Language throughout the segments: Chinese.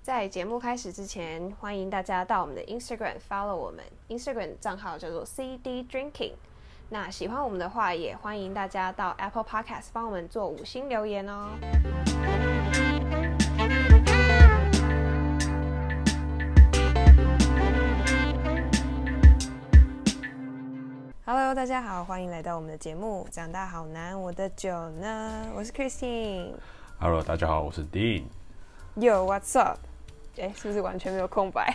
在节目开始之前，欢迎大家到我们的 Instagram follow 我们 Instagram 账号叫做 CD Drinking。那喜欢我们的话，也欢迎大家到 Apple Podcast 帮我们做5星留言哦。Hello， 大家好，欢迎来到我们的节目。长大好难，我的酒呢？我是 Christine。Hello， 大家好，我是 Dean。Yo，what's up？ 是不是完全没有空白？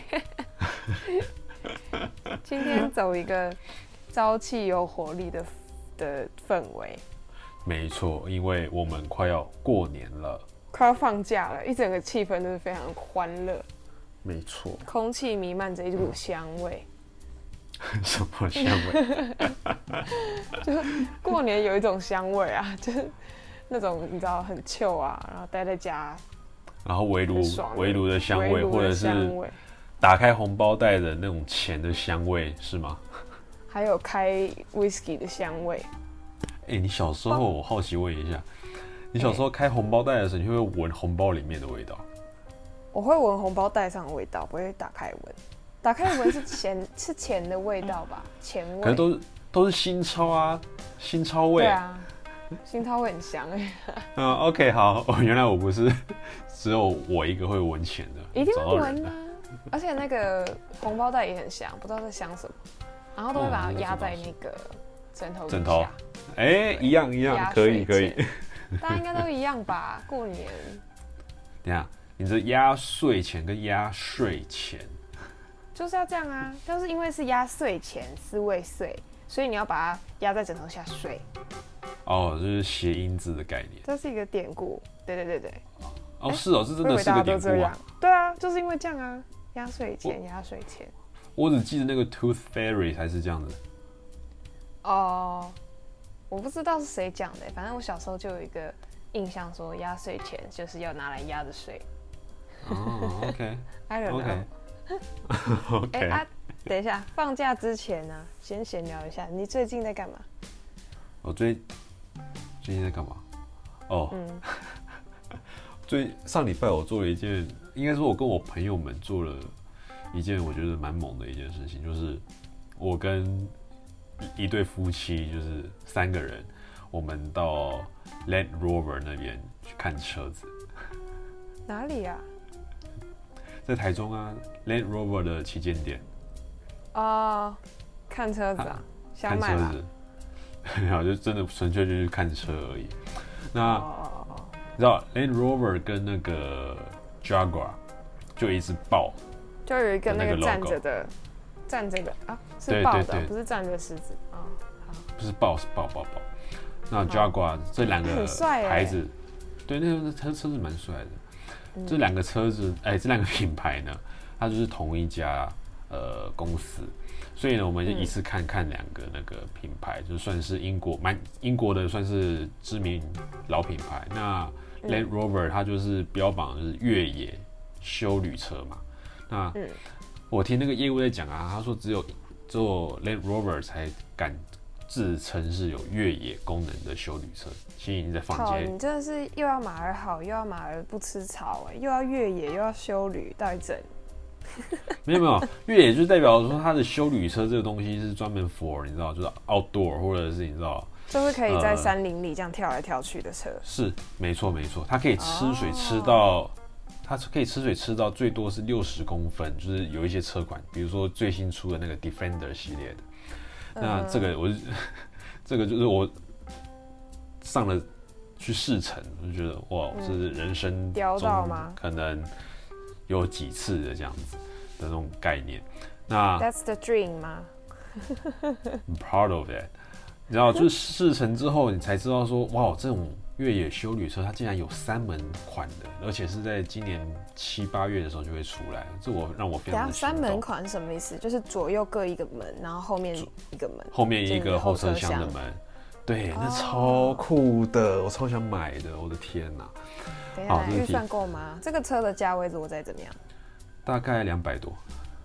今天走一个朝气有活力的氛围。 没错，因为我们快要过年了， 快要放假了，一整个气氛都是非常欢乐。 没错， 空气弥漫着一股香味。 什么香味？ 就是过年有一种香味啊，就是那种你知道很chill啊，然后待在家。 然后围炉的香味，或者是打开红包袋的那种钱的香味，是吗？ 还有开 whisky 的香味。 你小时候，我好奇问一下，你小时候开红包袋的时候，你会不会闻红包里面的味道？ 我会闻红包袋上的味道，不会打开闻。打开闻是钱的味道吧？钱味。 可是都是新钞啊，新钞味。 对啊。新钞会很香 OK， 好，原来我不是只有我一个会闻钱的， 一定会闻啊！而且那个红包袋也很香，不知道在香什么，然后都会把它压在那个枕头底下。 一样，可以。 大家应该都一样吧？过年。 等一下，你这压岁钱跟压岁钱就是要这样啊！就是因为是压岁钱，4位岁，所以你要把它压在枕头下睡。 就是谐音字的概念， 这是一个典故。对。 是这真的是个典故啊。 对啊，就是因为这样啊，压岁钱。 我只记得那个 Tooth Fairy 才是这样子。 我不知道是谁讲的，反正我小时候就有一个印象，说压岁钱就是要拿来压着睡。 OK。I don't know。 OK。 等一下，放假之前呢，先闲聊一下，你最近在干嘛？ 我最近在干嘛？上礼拜我做了一件，应该说我跟我朋友们做了一件我觉得蛮猛的一件事情，就是我跟一对夫妻，就是3个人，我们到 Land Rover 那边去看车子。 哪里啊？ 在台中啊 ，Land Rover 的旗舰店。 看车子啊，想买吗？ 没有，就真的纯粹就是看车而已。那你知道 Land Rover 跟那个 Jaguar 就一直抱， 就有一个那个站着的是抱的，不是站着狮子不是抱，是抱。那 Jaguar 这2个牌子，对，那个车子蛮帅的。这2个车子，这2个品牌呢，它就是同一家公司。所以呢，我们就一次看2个那个品牌，就算是英国的，算是知名老品牌。那 Land Rover 它就是标榜的是越野休旅车嘛。那我听那个业务在讲啊，他说只有 Land Rover 才敢自称是有越野功能的休旅车。其实你在坊间， 你真的是又要马儿好，又要马儿不吃草，又要越野又要休旅，到底整？ 没有，越野就是代表说它的休旅车这个东西是专门 for 你知道，就是 outdoor 或者是你知道， 就是可以在山林里这样跳来跳去的车。 是，没错，它可以吃水吃到，最多是60公分，就是有一些车款，比如说最新出的那个 Defender 系列的。那这个就是我上了去试乘，我就觉得哇，这是人生中可能有几次的这样子的那种概念。那 That's the dream 吗 ？I'm proud of that。你知道，就是试乘之后，你才知道说，哇，这种越野休旅车它竟然有3门款的，而且是在今年7、8月的时候就会出来。这让我非常的心动。 3门款什么意思？就是左右各一个门，然后后面一个门， 后面一个后车厢的门。对，那超酷的，我超想买的，我的天哪！ 等一下，预算够吗？这个车的价位如果再怎么样？ 大概200多。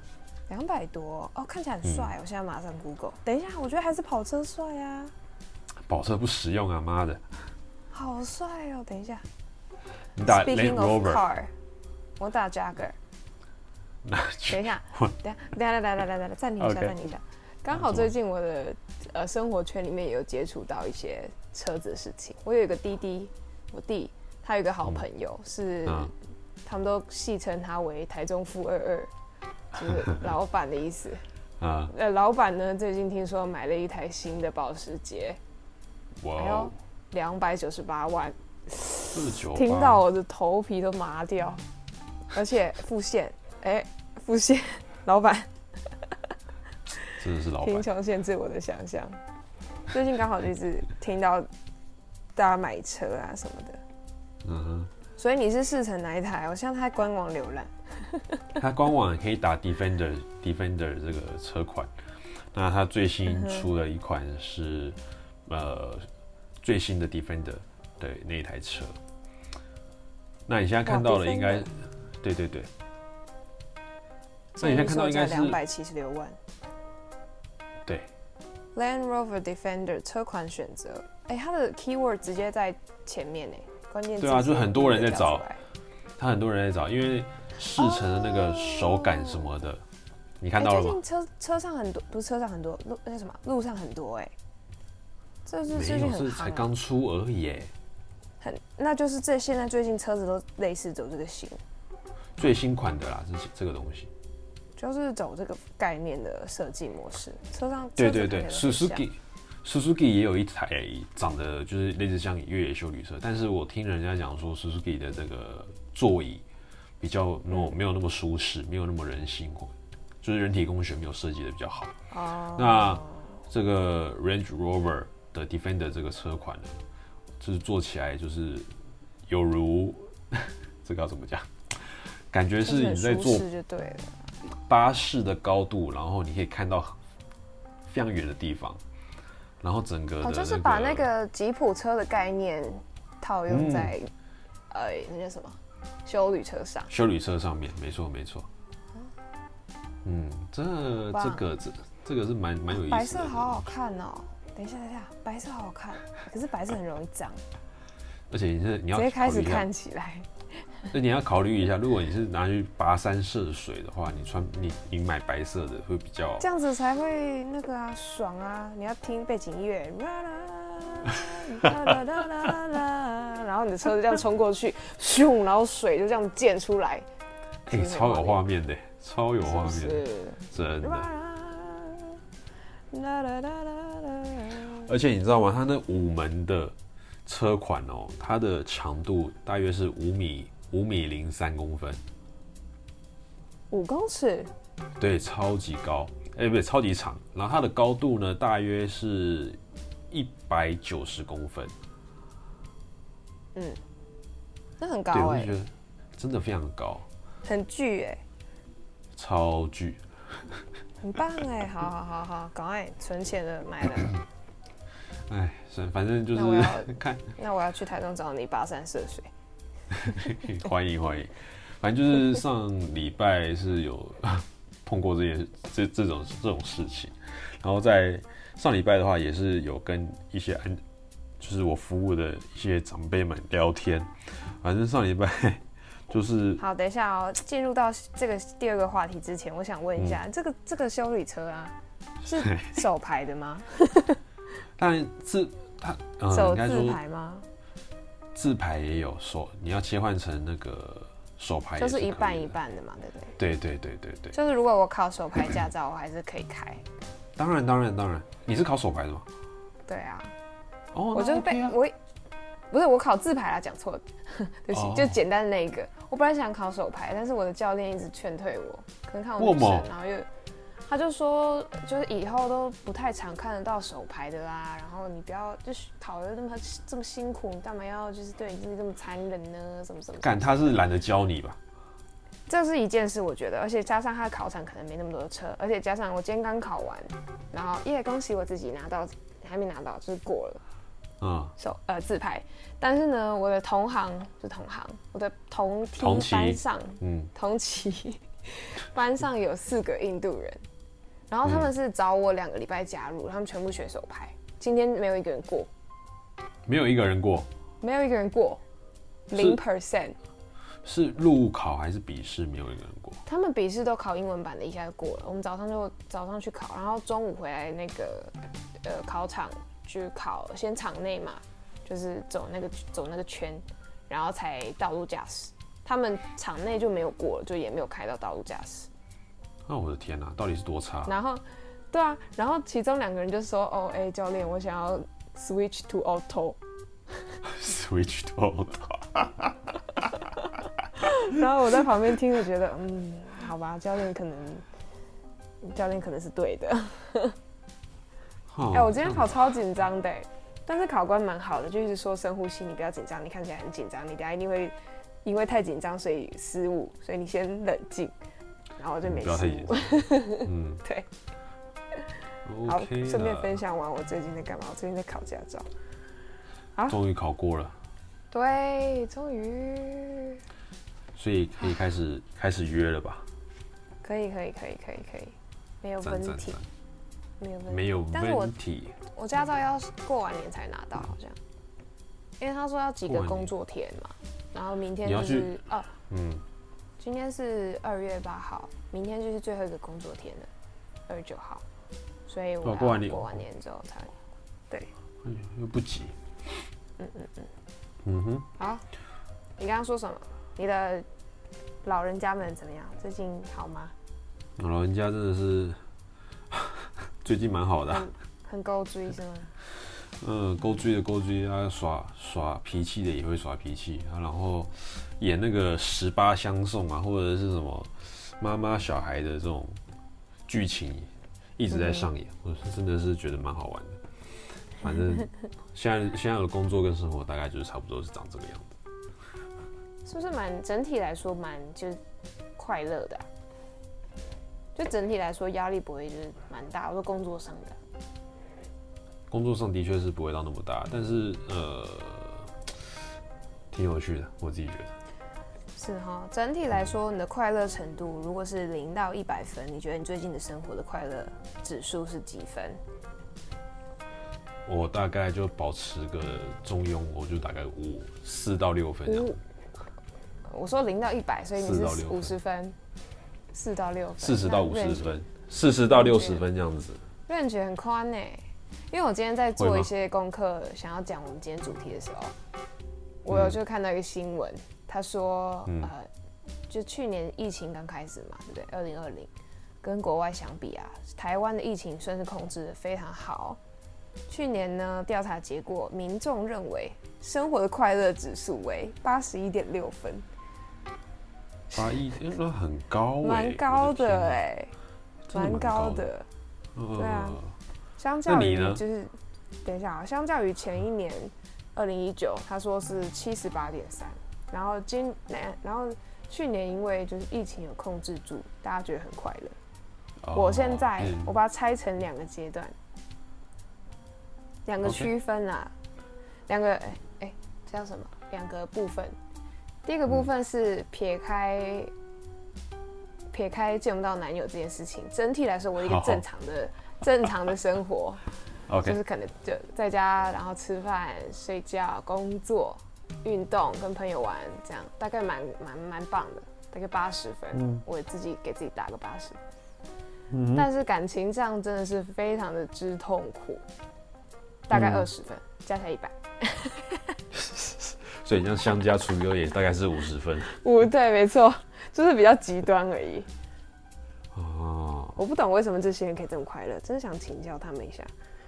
200多哦，看起来很帅。我现在马上 Google。等一下，我觉得还是跑车帅啊。 跑车不实用啊，妈的！ 好帅哦！等一下， 你打 Land Rover， 我打 Jagger。 那等一下，等一下，暂停一下，暂停一下。刚好最近我的生活圈里面也有接触到一些车子的事情。我有一个弟弟，我弟他有一个好朋友是，他们都戏称他为台中富22，就是老板的意思。老板呢最近听说买了一台新的保时捷，哎呦，298万，498，听到我的头皮都麻掉，而且付现。付现，老板， 真的是老板， 贫穷限制我的想象。最近刚好就一直听到大家买车啊什么的，所以你是试乘哪一台？我现在在官网浏览。 它官网可以打 Defender 这个车款，那它最新出的一款是最新的 Defender 的那一台车。那你现在看到的应该，对。那你现在看到应该是 276万。 对 ，Land Rover Defender 车款选择，它的 keyword 直接在前面关键字。 对啊，就很多人在找，很多人在找，因为试乘的那个手感什么的，你看到了吗？ 最近车上很多，不是车上很多，路上很多这是最近很夯， 是才刚出而已那就是现在最近车子都类似走这个型， 最新款的啦，这个东西。 就是走这个概念的设计模式，车上对，Suzuki 也有一台长得就是类似像越野休旅车，但是我听人家讲说 Suzuki 的这个座椅比较没有那么舒适，没有那么人性化，就是人体工学没有设计的比较好。那这个 Range Rover 的 Defender 这个车款呢，就是做起来就是有如这个要怎么讲？感觉是你在坐就对了。 巴士的高度，然后你可以看到非常远的地方，然后整个就是把那个吉普车的概念套用在那叫什么休旅车上。 休旅车上面，没错。这个是蛮有意思的。 白色好好看哦！等一下，白色好好看，可是白色很容易脏。 而且你要直接开始看起来。 那你要考虑一下，如果你是拿去跋山涉水的话，你买白色的会比较这样子才会那个爽啊！你要听背景音乐，然后你的车就这样冲过去，咻，然后水就这样溅出来， 超有画面的，超有画面的，真的。而且你知道吗？它那5门的车款它的长度大约是5米03公分 ，5公尺， 对，超级高，不对，超级长。然后它的高度呢，大约是190公分， 那很高对，我就觉得真的非常高， 很巨超巨， 很棒好，赶快存钱了，买了。 反正就是看。 那我要去台中找你跋山涉水。 欢迎，反正就是上礼拜是有碰过这种事情，然后在上礼拜的话也是有跟一些就是我服务的一些长辈们聊天，反正上礼拜就是好，等一下进入到这个第2个话题之前，我想问一下，这个休旅车啊是手排的吗？ 当然是它手自排吗？ 自排也有手，你要切换成那个手排， 就是一半一半的嘛，对不对？ 对。 就是如果我考手排驾照，我还是可以开。 当然，你是考手排的吗？ 对啊。 我就是不是我考自排啦，讲错了，对不起，就简单的那一个。我本来想考手排，但是我的教练一直劝退我，可能看我女生，然后他就说，就是以后都不太常看得到手排的啦，然后你不要就是考得这么辛苦，你干嘛要就是对你自己这么残忍呢？什么？干， 他是懒得教你吧？ 这是一件事，我觉得，而且加上他的考场可能没那么多车，而且加上我今天刚考完，然后恭喜我自己拿到，还没拿到就是过了，自排。但是呢，我的同行，我的同梯班上，同期班上有4个印度人。然后他们是找我2个礼拜加入，他们全部学手排。今天没有一个人过， 没有一个人过， 0%。 是路考还是笔试没有一个人过？ 他们笔试都考英文版的，一下就过了。我们早上去考，然后中午回来那个考场去考，先场内嘛，就是走那个圈，然后才道路驾驶。他们场内就没有过了，就也没有开到道路驾驶。 那我的天哪，到底是多差？ 然后，对啊，然后其中2个人就说：“哦，教练，我想要 switch to auto。” switch to auto。 然后我在旁边听着，觉得好吧，教练可能是对的。我今天考超紧张的，但是考官蛮好的，就一直说深呼吸，你不要紧张，你看起来很紧张，你等一下一定会因为太紧张所以失误，所以你先冷静，然后我就没失误。不要太紧张。对。好，顺便分享完我最近在干嘛。我最近在考驾照。好， 终于考过了。 对，终于。 所以可以开始约了吧？ 可以，没有问题， 没有问题。 我驾照要过完年才拿到，好像，因为他说要几个工作天嘛，然后明天就是今天是2月8号，明天就是最后一个工作天了，2月9号，所以我要过完年之后才对。 又不急。 好，你刚刚说什么？你的老人家们怎么样？最近好吗？ 老人家真的是最近蛮好的， 很勾追是吗？ 勾追的勾追，他耍脾气的也会耍脾气，然后演那个18相送啊，或者是什么妈妈小孩的这种剧情一直在上演，我真的是觉得蛮好玩的。反正现在的工作跟生活大概就是差不多是长这个样子。 是不是整体来说就是快乐的就整体来说压力不会就是蛮大，我说工作上的。 工作上的确是不会到那么大，但是挺有趣的，我自己觉得。 是哈，整体来说你的快乐程度如果是0到100分，你觉得你最近的生活的快乐指数是几分？ 我大概就保持个中庸，我就大概4到6分这样。 我说0到100，所以你是50分，4到6分 ，40到50分，40到60分这样子。 range很宽呢，因为我今天在做一些功课，想要讲我们今天主题的时候，我有就看到一个新闻，他说就去年疫情刚开始嘛，对不对？2020跟国外相比啊，台湾的疫情算是控制得非常好。去年呢，调查结果，民众认为生活的快乐指数为81.6分。 81很高蛮高的蛮高的。对啊，相较于就是等一下啊，相较于前一年2019，他说是78.3，然后去年因为就是疫情有控制住，大家觉得很快乐。我现在我把它拆成2个阶段，2个区分啊，2个这叫什么？2个部分。第一个部分是撇开见不到男友这件事情，整体来说，我一个正常的生活，就是可能就在家，然后吃饭、睡觉、工作、运动、跟朋友玩，这样大概蛮棒的，大概80分，我自己给自己打个80分。但是感情上真的是非常的之痛苦，大概20分，加起来100。 所以像相加除以2也大概是50分。 对，没错，就是比较极端而已。 我不懂为什么这些人可以这么快乐，真的想请教他们一下。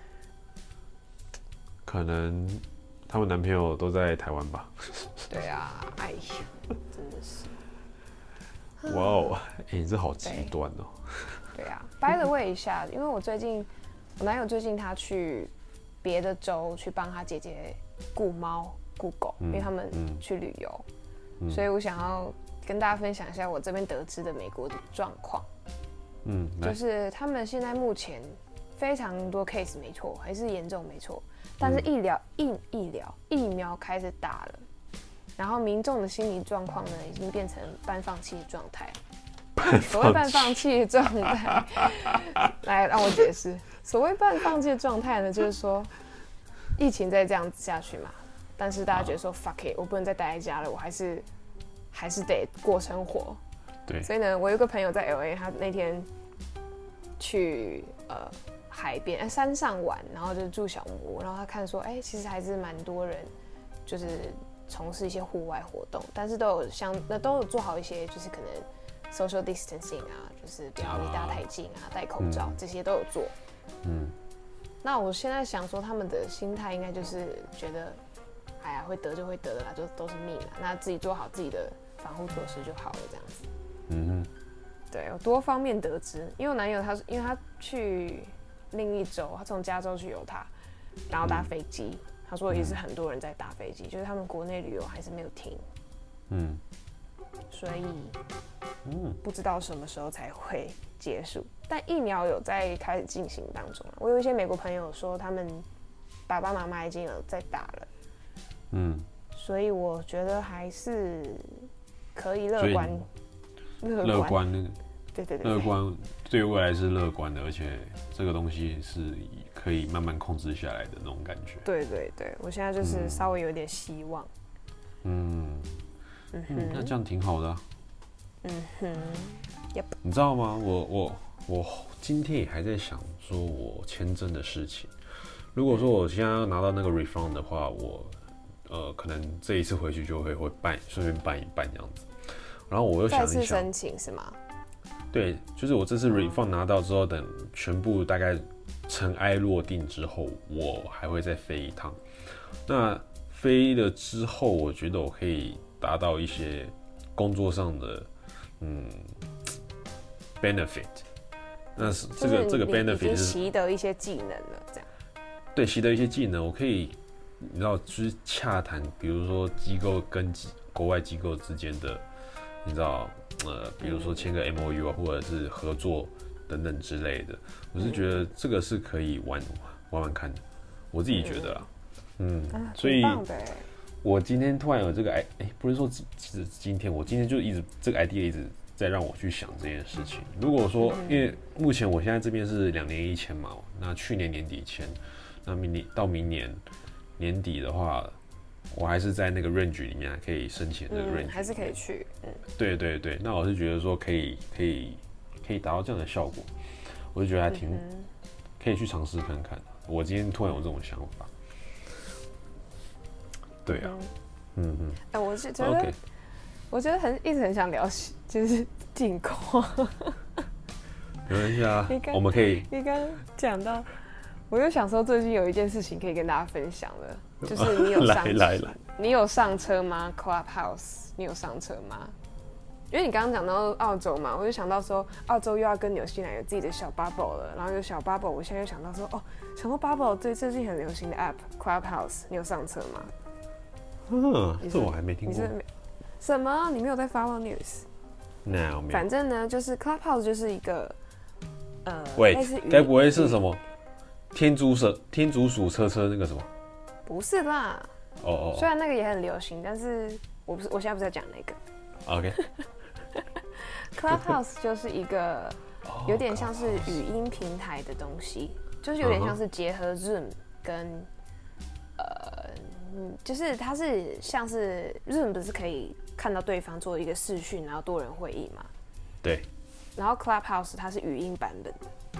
可能他们男朋友都在台湾吧。 对啊，哎呀，真的是。 哇哦，你这好极端哦。 对啊 ，by the way 一下，因为我男友最近他去别的州去帮他姐姐顾猫顾狗，因为他们去旅游，所以我想要跟大家分享一下我这边得知的美国的状况。就是他们现在目前非常多 case 没错，还是严重没错，但是疫苗开始打了，然后民众的心理状况呢已经变成半放弃的状态。所谓半放弃的状态，来让我解释。所谓半放弃的状态呢，就是说疫情再这样子下去嘛，但是大家觉得说 fuck it， 我不能再待在家了，我还是还是得过生活。 对， 所以呢，我有个朋友在 LA， 他那天去海边山上玩，然后就住小木屋，然后他看说，其实还是蛮多人就是从事一些户外活动，但是都有做好一些就是可能 social distancing 啊，就是不要离大家太近啊，戴口罩这些都有做。那我现在想说，他们的心态应该就是觉得，哎呀，会得就会得的啦，就都是命啦，那自己做好自己的防护措施就好了，这样子。对，我多方面得知，因为我男友因为他去另一州，他从加州去犹他，然后搭飞机，他说也是很多人在搭飞机，就是他们国内旅游还是没有停。所以不知道什么时候才会结束，但疫苗有在开始进行当中。我有一些美国朋友说，他们爸爸妈妈已经有在打了，所以我觉得还是可以乐观那个，对， 乐观对未来是乐观的，而且这个东西是可以慢慢控制下来的那种感觉。 对，我现在就是稍微有点希望。 那这样挺好的啊。 Yep。 你知道吗？我今天也还在想说我签证的事情。如果说我现在要拿到那个 refund 的话，我可能这一次回去就会顺便办一办这样子。然后我又想一想， 再次申请是吗？ 对，就是我这次 refund 拿到之后，等全部大概尘埃落定之后，我还会再飞一趟。那飞了之后，我觉得我可以达到一些工作上的benefit。那是这个 benefit 是习得一些技能了，这样。 对，习得一些技能，我可以你知道，就是洽谈，比如说机构跟国外机构之间的，你知道，比如说签个 MOU 啊，或者是合作等等之类的。我是觉得这个是可以玩看的，我自己觉得啦。所以我今天突然有这个不是说今天，我今天就一直这个 idea 一直在让我去想这件事情。如果说，因为目前我现在这边是2年一签嘛，那去年年底签，那到明年年底的话，我还是在那个 range 里面还可以申请的 range， 还是可以去。 对，那我是觉得说可以达到这样的效果，我就觉得还挺可以去尝试看看。我今天突然有这种想法。对啊， 我是觉得，我觉得一直很想聊，就是近况。 没关系啊，我们可以。 你刚刚讲到，我就想说最近有一件事情可以跟大家分享的，就是你有上来， 你有上车吗 ？Clubhouse， 你有上车吗？因为你刚刚讲到澳洲嘛，我就想到说澳洲又要跟纽西兰有自己的小 bubble 了，然后有小 bubble， 我现在又想到说想到 bubble 最近很流行的 app Clubhouse， 你有上车吗？ 这我还没听过。 什么？你没有在 follow news？ No， 没有。 反正呢，就是 Clubhouse 就是一个喂，该不会是什么天竺鼠车那个什么？ 不是啦。虽然那个也很流行，但是我现在不是在讲那个。OK。Clubhouse 就是一个有点像是语音平台的东西，就是有点像是结合 Zoom 跟就是它是像是 Zoom 不是可以看到对方做一个视讯，然后多人会议嘛？ 对。 然后 Clubhouse 它是语音版本。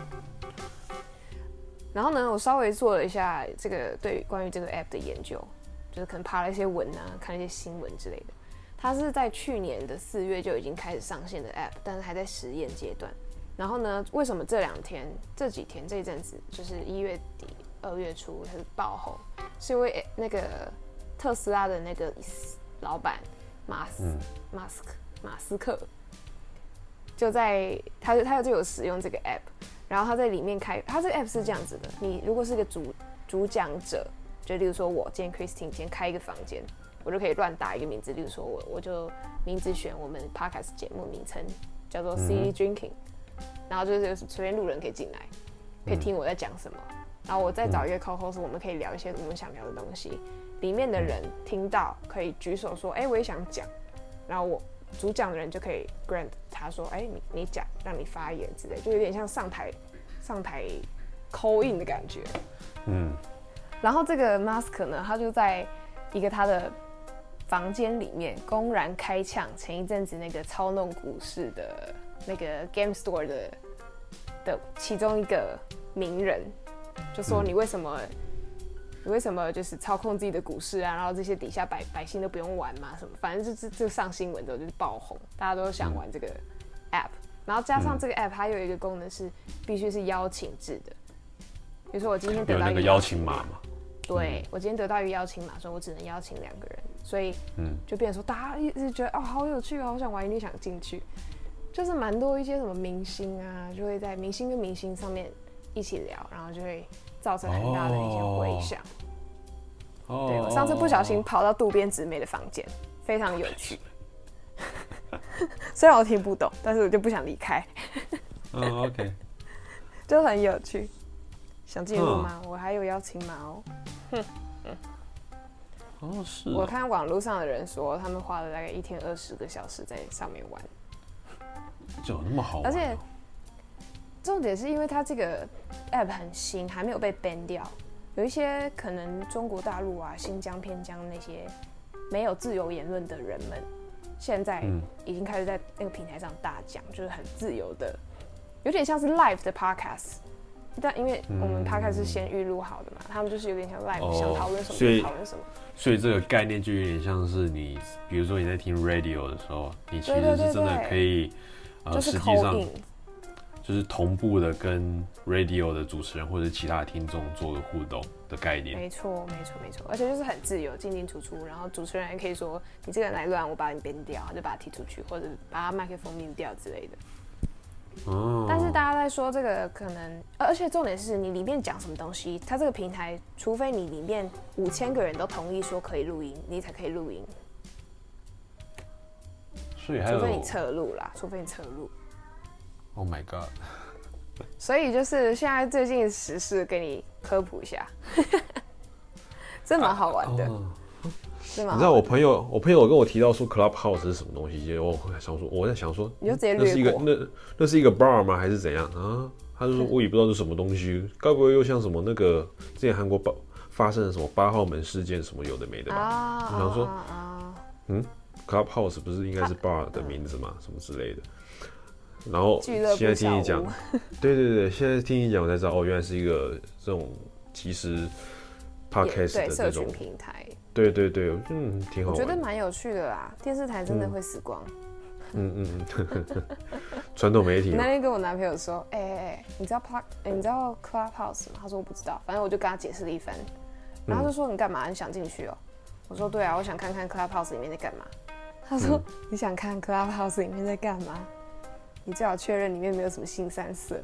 然后呢，我稍微做了一下这个关于这个 app 的研究，就是可能爬了一些文啊，看了一些新闻之类的。它是在去年的4月就已经开始上线的 app， 但是还在实验阶段。然后呢，为什么这几天这一阵子，就是1月底2月初它是爆红，是因为那个特斯拉的那个老板马斯克就在他就有使用这个 app， 然后他在里面他这个 app 是这样子的，你如果是个主讲者，就例如说我今天 Christine 今天开一个房间，我就可以乱打一个名字，例如说我就名字选我们 podcast 节目名称叫做 CD Drinking， 然后就是随便路人可以进来，可以听我在讲什么，然后我再找一个 co-host， 我们可以聊一些我们想聊的东西，里面的人听到可以举手说，我也想讲，然后我主讲的人就可以 grant 他说，你讲，让你发言之类，就有点像上台 call in 的感觉。然后这个 Musk 呢，他就在一个他的房间里面公然开呛前一阵子那个操弄股市的那个 Game Store 的其中一个名人，就说你为什么就是操控自己的股市啊，然后这些底下百姓都不用玩嘛什么，反正这上新闻之后就是爆红，大家都想玩这个 app， 然后加上这个 app 它有一个功能是必须是邀请制的，比如说我今天得到一个邀请码嘛， 对，我今天得到一个邀请码，所以我只能邀请2个人，所以就变成说大家一直觉得哦好有趣哦，好想玩，一定想进去，就是蛮多一些什么明星啊，就会在明星跟明星上面一起聊，然后就会造成很大的一些回响。对，我上次不小心跑到渡边直美的房间，非常有趣。虽然我听不懂，但是我就不想离开。 OK， 就很有趣。想进入吗？我还有邀请码哦。 是。 我看网络上的人说，他们花了大概1天20个小时在上面玩。 就有那么好玩？ 而且重点是因为它这个 app 很新，还没有被 ban 掉。有一些可能中国大陆啊、新疆、偏疆那些没有自由言论的人们，现在已经开始在那个平台上大讲，就是很自由的，有点像是 live 的 podcast。但因为我们 podcast 是先预录好的嘛，他们就是有点像 live，想讨论什么就讨论什么。 所以这个概念就有点像是你，比如说你在听 radio 的时候，你其实是真的可以， 就是实际上就是同步的跟 radio 的主持人或者其他的听众做个互动的概念。 没错，而且就是很自由，进进出出，然后主持人也可以说你这个人来乱，我把你编掉，就把他踢出去，或者把他麦克风 mute 掉之类的。但是大家在说这个可能，而且重点是你里面讲什么东西，它这个平台，除非你里面5000个人都同意说可以录音，你才可以录音。 所以还有， 除非你侧录啦， Oh my god！ 所以就是现在最近的时事给你科普一下，真蛮好玩的。 你知道我朋友跟我提到说 Clubhouse 是什么东西，我在想说， 你就直接略过， 那是一个 bar 吗？还是怎样啊？他就说我也不知道是什么东西，该不会又像什么那个之前韩国发生的什么8号门事件什么有的没的吧？我想说，Clubhouse 不是应该是 bar 的名字吗？什么之类的。然后现在听你讲，对，现在听你讲我才知道，哦，原来是一个这种即时 podcast 的这种平台。 对，挺好玩。 我觉得蛮有趣的啦，电视台真的会死光。 传统媒体。 那天跟我男朋友说，你知道 Clubhouse 吗？他说我不知道，反正我就跟他解释了一番，然后他就说你干嘛？你想进去哦？我说对啊，我想看看 Clubhouse 里面在干嘛。他说你想看 Clubhouse 里面在干嘛？你最好确认里面没有什么腥膻色。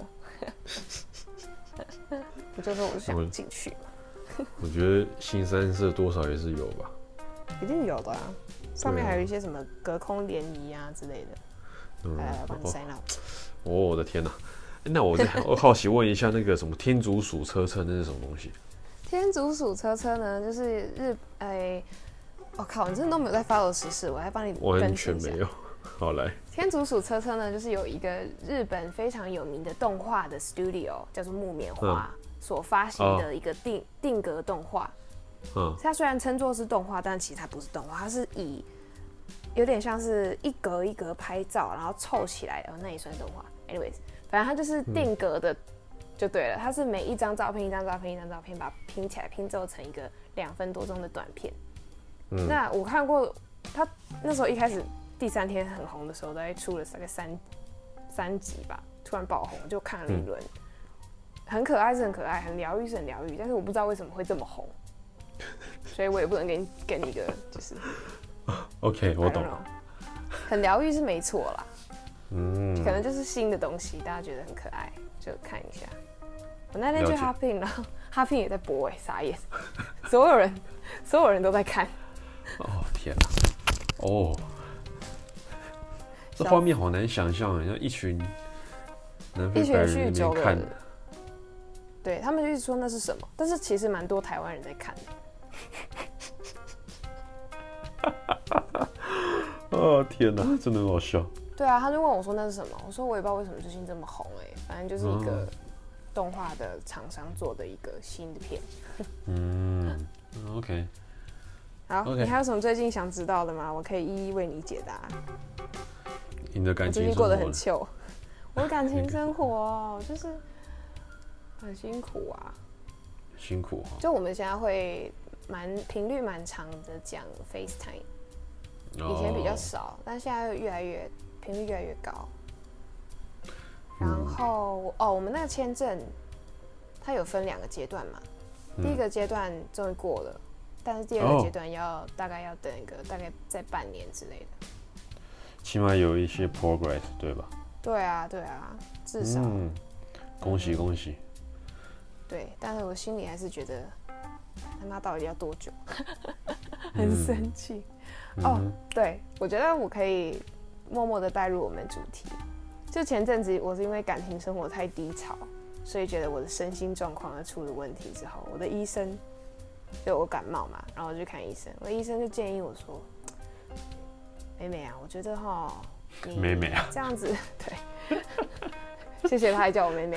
我就说我想进去。 我觉得腥膻色多少也是有吧， 一定有的啊。上面还有一些什么隔空联谊啊之类的。来，帮你 sign up。 我的天哪！那我好奇问一下，那个什么天竺鼠车车那是什么东西？ 天竺鼠车车呢，就是我靠，你真的都没有在 follow 时事，我还帮你完全没有。好来， 天竺鼠车车呢，就是有一个日本非常有名的动画的 studio， 叫做木棉花。所发行的一个定格动画，它虽然称作是动画，但其实它不是动画，它是以有点像是一格一格拍照，然后凑起来，那也算动画。anyways， 反正它就是定格的，就对了。它是每一张照片一张照片把它拼起来，拼凑成一个2分多钟的短片。那我看过，它那时候一开始第3天很红的时候，大概出了大概3集吧，突然爆红，就看了一轮。很可爱是很可爱，很疗愈是很疗愈，但是我不知道为什么会这么红，所以我也不能给你一个就是。 OK， 我懂。 很疗愈是没错啦，可能就是新的东西，大家觉得很可爱，就看一下。我那天去 Hopin， 然后 Hopin 也在播，傻眼，所有人都在看。 哦天哪！哦，这画面好难想象，像一群南非白人那边看的。 对他们就一直说那是什么，但是其实蛮多台湾人在看的。哦天哪，真的很好笑。 对啊，他就问我说那是什么，我说我也不知道为什么最近这么红反正就是一个动画的厂商做的一个新的片。 OK。 好， OK 你还有什么最近想知道的吗？我可以一一为你解答。 你的感我情生活呢？ 最近过得很糗，我的感情生活就是很辛苦啊。 辛苦哈。 就我们现在会频率蛮长的讲 FaceTime，以前比较少，但现在频率越来越高。然后我们那个签证它有分2个阶段嘛，第一个阶段终于过了，但是第2个阶段大概要等大概在半年之类的。 起码有一些 progress， 对吧？ 对啊，至少。 恭喜恭喜。 对，但是我心里还是觉得，他妈到底要多久？很生气。对，我觉得我可以默默的带入我们主题。就前阵子我是因为感情生活太低潮，所以觉得我的身心状况出了问题之后，我的医生就我感冒嘛，然后我去看医生，我的医生就建议我说，妹妹啊，我觉得你妹妹啊， 这样子对。谢谢他还叫我妹妹。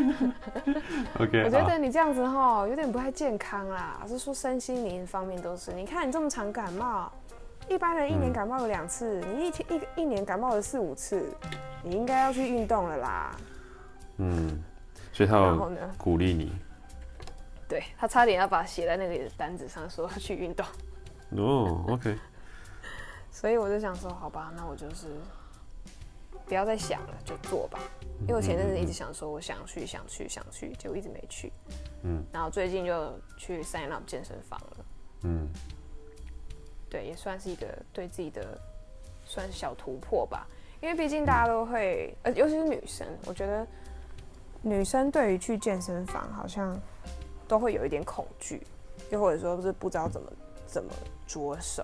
OK， 我觉得你这样子有点不太健康啦，是说身心灵方面都是。你看你这么常感冒，一般人1年感冒了2次，你一年感冒了4、5次，你应该要去运动了啦。 所以他有鼓励你。 对，他差点要把它写在那个单子上，说要去运动。 OK。 所以我就想说，好吧，那我就是不要再想了，就做吧。因为我前阵子一直想说，我想去，结果一直没去。然后最近就去 sign up 健身房了。对，也算是一个对自己的算是小突破吧。因为毕竟大家都会，尤其是女生，我觉得女生对于去健身房好像都会有一点恐惧，又或者说是不知道怎么着手。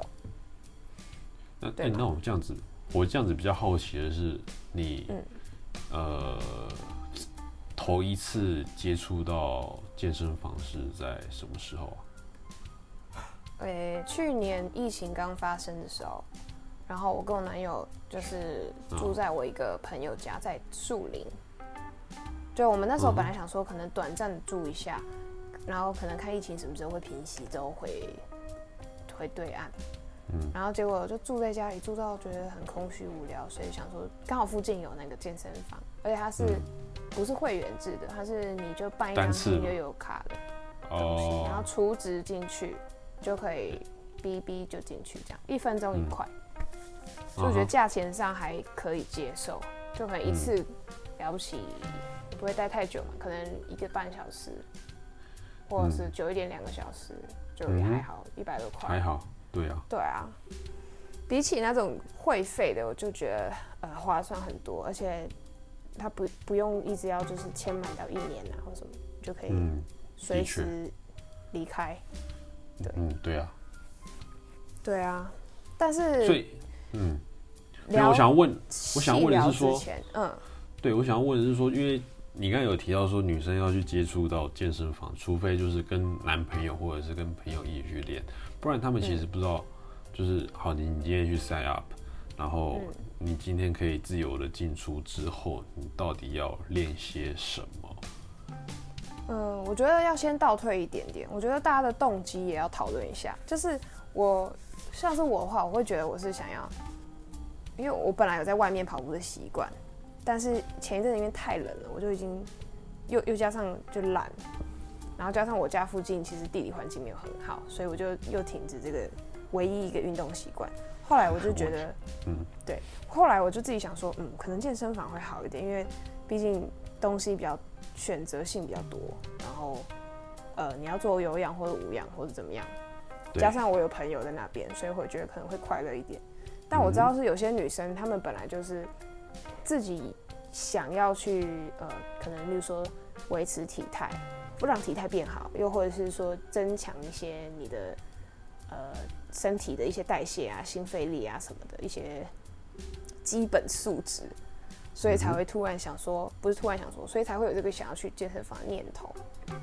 那我这样子，我这样子比较好奇的是，你头一次接触到健身房是在什么时候啊？ 去年疫情刚发生的时候，然后我跟我男友就是住在我一个朋友家，在树林。就我们那时候本来想说，可能短暂住一下，然后可能看疫情什么时候会平息之后回对岸。然后结果就住在家里，住到觉得很空虚无聊，所以想说刚好附近有那个健身房，而且它是不是会员制的，它是你就办一张就有卡的东西，然后储值进去就可以哔就进去，这样1分钟1块，所以我觉得价钱上还可以接受，就可能一次了不起也不会待太久嘛，可能1个半小时，或者是久一点2个小时，就也还好，100多块还好。对啊， 比起那种会费的，我就觉得划算很多，而且他不用一直要就是签满到1年啊或什么，就可以随时离开。对啊，但是所以我想问的是说，对，我想问的是说，因为你刚才有提到说女生要去接触到健身房，除非就是跟男朋友或者是跟朋友一起去练。不然他们其实不知道，就是好，你今天去 sign up， 然后你今天可以自由的进出之后，你到底要练些什么？ 我觉得要先倒退一点点，我觉得大家的动机也要讨论一下。就是像是我的话，我会觉得我是想要，因为我本来有在外面跑步的习惯，但是前一阵子因为太冷了，我就已经又加上就懒。然后加上我家附近其实地理环境没有很好，所以我就又停止这个唯一一个运动习惯。后来我就觉得，对，后来我就自己想说，可能健身房会好一点，因为毕竟东西比较选择性比较多，然后你要做有氧或者无氧或者怎么样，加上我有朋友在那边，所以我觉得可能会快乐一点。但我知道是有些女生她们本来就是自己想要去可能例如说维持体态。不让体态变好，又或者是说增强一些你的身体的一些代谢啊、心肺力啊什么的一些基本素质，所以才会突然想说，不是突然想说，所以才会有这个想要去健身房的念头。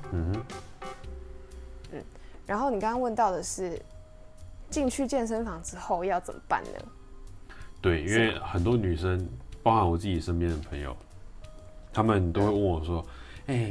然后你刚刚问到的是，进去健身房之后要怎么办呢？ 对，因为很多女生，包含我自己身边的朋友，他们都会问我说：“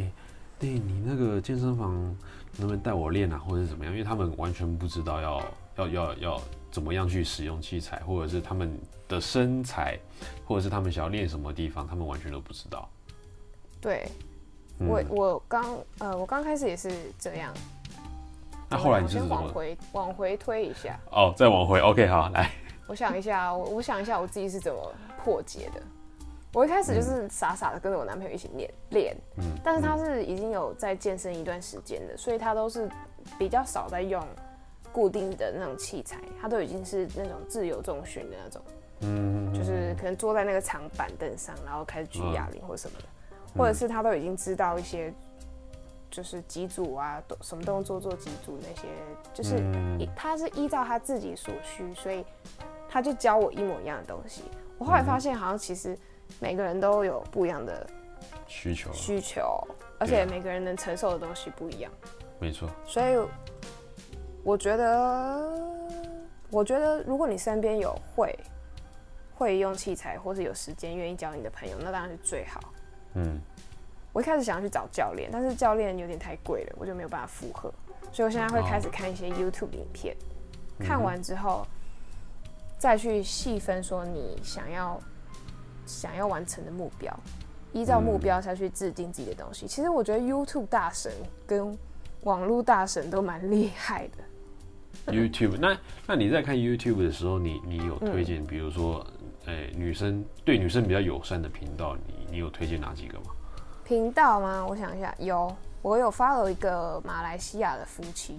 对你那个健身房能不能带我练啊，或者是怎么样？”因为他们完全不知道要怎么样去使用器材，或者是他们的身材，或者是他们想要练什么地方，他们完全都不知道。 对，我刚开始也是这样。 那后来你是怎么？ 往回推一下。 哦，再往回 ，OK， 好，来。 我想一下，我想一下我自己是怎么破解的。我一开始就是傻傻的跟着我男朋友一起练，但是他是已经有在健身一段时间的，所以他都是比较少在用固定的那种器材，他都已经是那种自由重训的那种，就是可能坐在那个长板凳上，然后开始举哑铃或什么的，或者是他都已经知道一些就是几组啊，什么动作做几组那些，就是他是依照他自己所需，所以他就教我一模一样的东西。我后来发现，好像其实每个人都有不一样的需求，而且每个人能承受的东西不一样。 没错。 所以我觉得如果你身边有会用器材，或是有时间愿意教你的朋友，那当然是最好。我一开始想要去找教练，但是教练有点太贵了，我就没有办法负荷，所以我现在会开始看一些 YouTube 影片，看完之后再去细分说你想要完成的目标，依照目标下去制定自己的东西。其实我觉得 YouTube 大神跟网络大神都蛮厉害的。 YouTube， 那你在看 YouTube 的时候，你有推荐，比如说，对女生比较友善的频道，你有推荐哪几个吗？ 频道吗？我想一下，我有 follow 一个马来西亚的夫妻。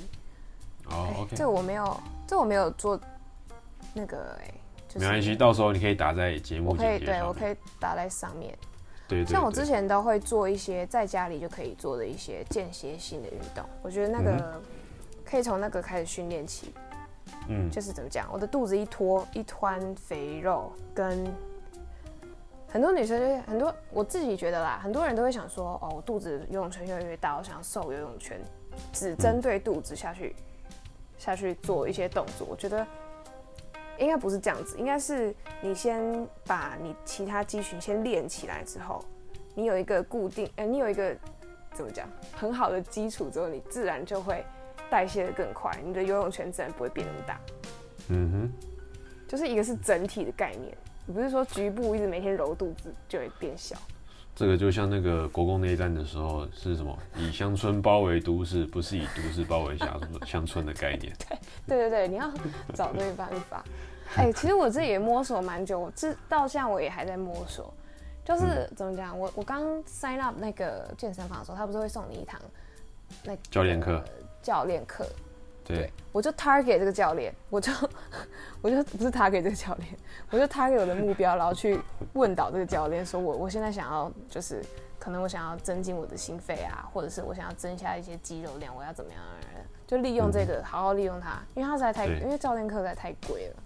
OK， 这我没有做那个没关系，到时候你可以打在节目简介上面。 我可以打在上面。 对， 像我之前都会做一些在家里就可以做的一些间歇性的运动，我觉得那个可以从那个开始训练起。就是怎么讲，我的肚子一团肥肉，跟很多女生我自己觉得啦，很多人都会想说，我肚子游泳圈越来越大，我想瘦游泳圈，只针对肚子下去做一些动作。我觉得应该不是这样子，应该是你先把你其他肌群先练起来之后，你有一个你有一个怎么讲很好的基础之后，你自然就会代谢的更快，你的游泳圈自然不会变那么大。就是一个是整体的概念，你不是说局部一直每天揉肚子就会变小。 这个就像那个国共内战的时候是什么？以乡村包围都市，不是以都市包围乡村的概念。 对，你要找对办法。其实我自己也摸索蛮久，到现在我也还在摸索。就是怎么讲，我刚 sign up 那个健身房的时候，他不是会送你一堂那个教练课。对，我就 target 这个教练，我就不是 target 这个教练，我就 target 我的目标，然后去问导这个教练说我现在想要就是可能我想要增进我的心肺啊，或者是我想要增加一些肌肉量，我要怎么样就利用这个好好利用它，因为它实在因为教练课实在太贵了。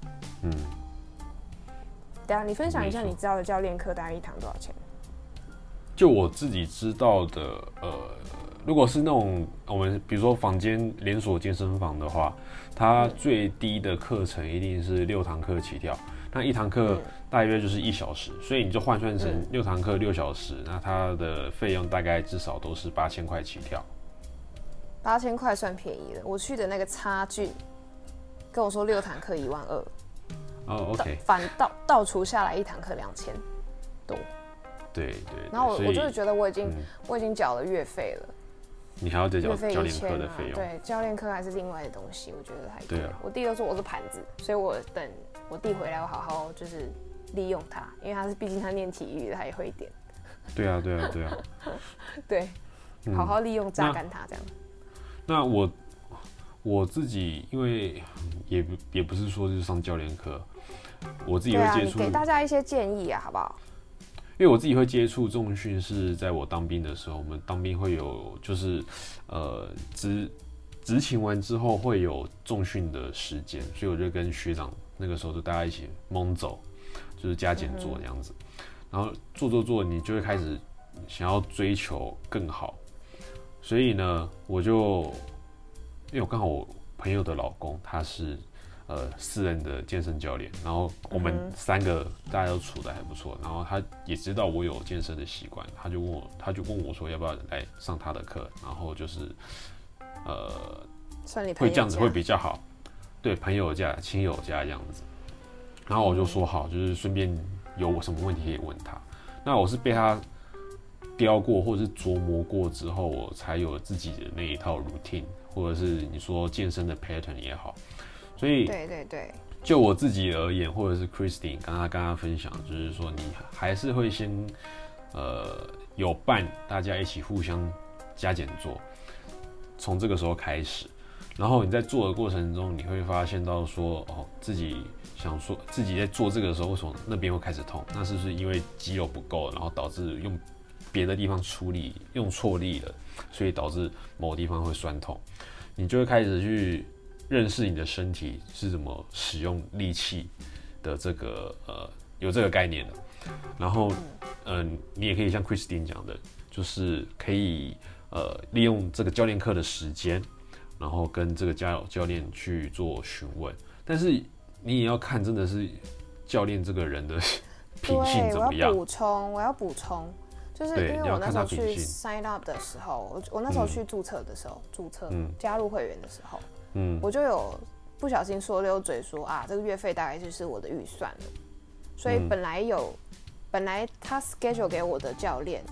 等一下你分享一下你知道的教练课大概一堂多少钱？ 就我自己知道的，如果是那种我们比如说房间连锁健身房的话，它最低的课程一定是6堂课起跳，那一堂课大约就是1小时，所以你就换算成6堂课6小时，那它的费用大概至少都是8000块起跳。 8000块算便宜了，我去的那个差距跟我说6堂课12000。 OK， 反倒除下来一堂课2000多。 对， 然后我就是觉得我已经缴了月费了， 你还要再缴教练课的费用。 对，教练课还是另外的东西，我觉得太贵了。我弟都说我是盘子，所以我等我弟回来，我好好就是利用他，因为毕竟他念体育的，他也会一点。 对啊。 对，好好利用榨干他这样。 那我自己因为也不是说就是上教练课，我自己会接触， 你给大家一些建议啊，好不好？ 因为我自己会接触重训是在我当兵的时候，我们当兵会有就是执勤完之后会有重训的时间，所以我就跟学长那个时候就大家一起猛走，就是加减做这样子，然后做，你就会开始想要追求更好，所以呢，因为我刚好我朋友的老公他是私人的健身教练，然后我们3个大家都处得还不错，然后他也知道我有健身的习惯，他就问我说要不要来上他的课，然后就是会这样子会比较好。 对，朋友家、亲友家这样子。然后我就说好，就是顺便有什么问题可以问他。那我是被他雕过或者是琢磨过之后，我才有自己的那一套 routine， 或者是你说健身的 pattern 也好。所以对， 就我自己而言，或者是 Christine 刚刚分享，就是说你还是会先有伴，大家一起互相加减做，从这个时候开始。然后你在做的过程中，你会发现到说，自己想说自己在做这个的时候，为什么那边会开始痛？那是不是因为肌肉不够，然后导致用别的地方出力用错力了，所以导致某个地方会酸痛？你就会开始去认识你的身体是怎么使用力气的这个有这个概念的。然后你也可以像 Christine 讲的，就是可以利用这个教练课的时间。然后跟这个教练去做询问，但是你也要看真的是教练这个人的品性怎么样。 我要补充，就是因为我那时候去 sign up 的时候，我那时候去注册的时候，加入会员的时候，我就有不小心说溜嘴说啊，这个月费大概就是我的预算了，所以本来他 schedule 给我的教练，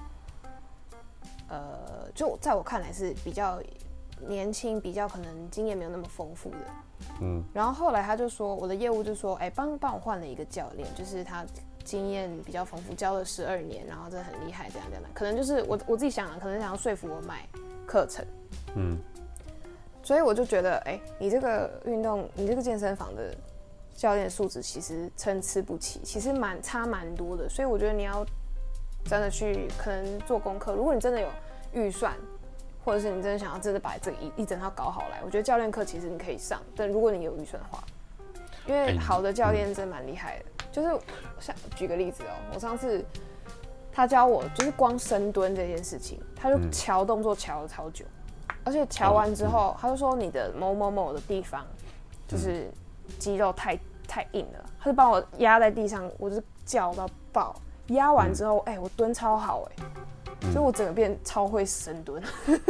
就在我看来是比较年轻，比较可能经验没有那么丰富的，然后后来他就说，我的业务就说，帮我换了一个教练，就是他经验比较丰富，教了12年，然后真的很厉害，这样，可能就是我自己想，可能想要说服我买课程，所以我就觉得，你这个运动，你这个健身房的教练素质其实参差不齐，其实差蛮多的，所以我觉得你要真的去可能做功课，如果你真的有预算。或者是你真的想要真的把这一整套搞好来，我觉得教练课其实你可以上，但如果你有预算的话，因为好的教练真的蛮厉害的。就是像举个例子我上次他教我就是光深蹲这件事情，他就瞧动作瞧了超久，而且瞧完之后，他就说你的某某某的地方就是肌肉太硬了，他就帮我压在地上，我就叫到爆。压完之后，我蹲超好所以我整个变超会深蹲。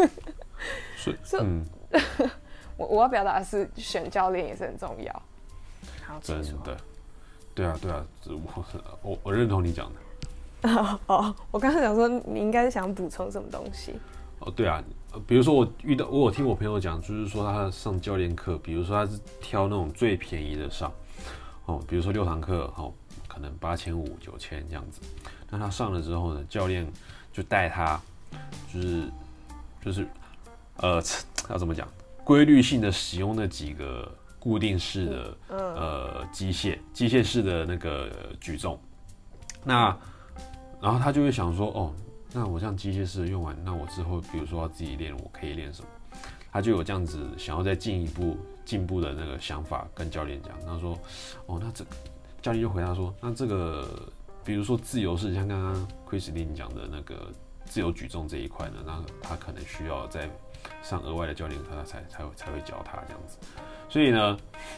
我要表达的是，选教练也是很重要。 真的，对啊，我认同你讲的。 我刚刚讲说你应该是想补充什么东西。 对啊，比如说我有听我朋友讲，就是说他上教练课，比如说他是挑那种最便宜的上，比如说6堂课，可能8500、9000这样子。那他上了之后呢，教练就带他，就是要怎么讲，规律性的使用那几个固定式的机械式的那个举重。然后他就会想说，那我这样机械式的用完，那我之后比如说要自己练，我可以练什么？他就有这样子想要再进步的那个想法跟教练讲。他说，那这个教练就回答说，那这个比如说自由式，像刚刚 Christine 讲的那个自由举重这一块呢，那他可能需要再上额外的教练课，他才会教他这样子。所以呢，